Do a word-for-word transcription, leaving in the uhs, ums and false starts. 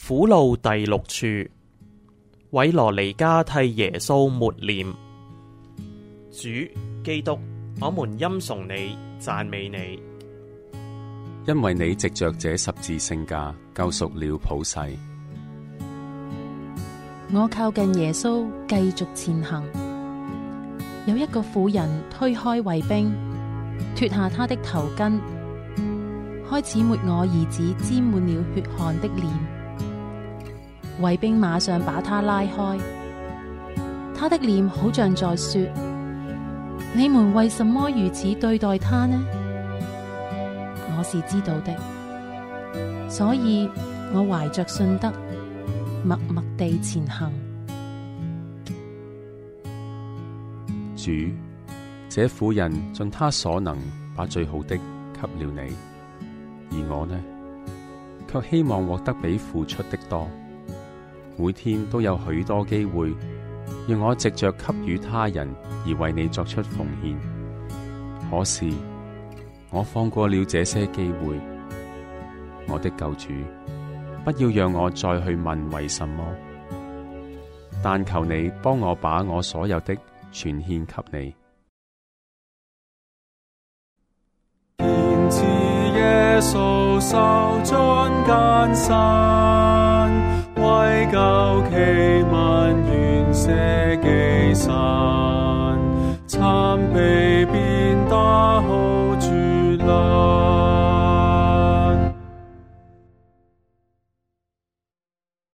苦路第六處，韋羅尼加替耶穌抹臉。主基督，我們欽崇你，讚美你， 因為你藉着這十字聖架救贖了普世。 我靠近耶穌，繼續前行。有一個婦人推開衛兵，脫下他的頭巾，開始抹我兒子沾滿了血汗的臉。衛兵馬上把他拉開，他的臉好像在說：你們為什麼如此對待他呢？我是知道的，所以我懷着信德，默默地前行。 主，這婦人盡她所能把最好的給了你，而我呢，卻希望獲得比付出的多。每天都有許多機會，讓我藉着給予他人而為你作出奉獻。可是我放過了這些機會。我的救主，不要讓我再去問為什麼，但求你幫我把我所有的全獻給你。 然至耶穌受盡艱辛，為救其民願捨己身。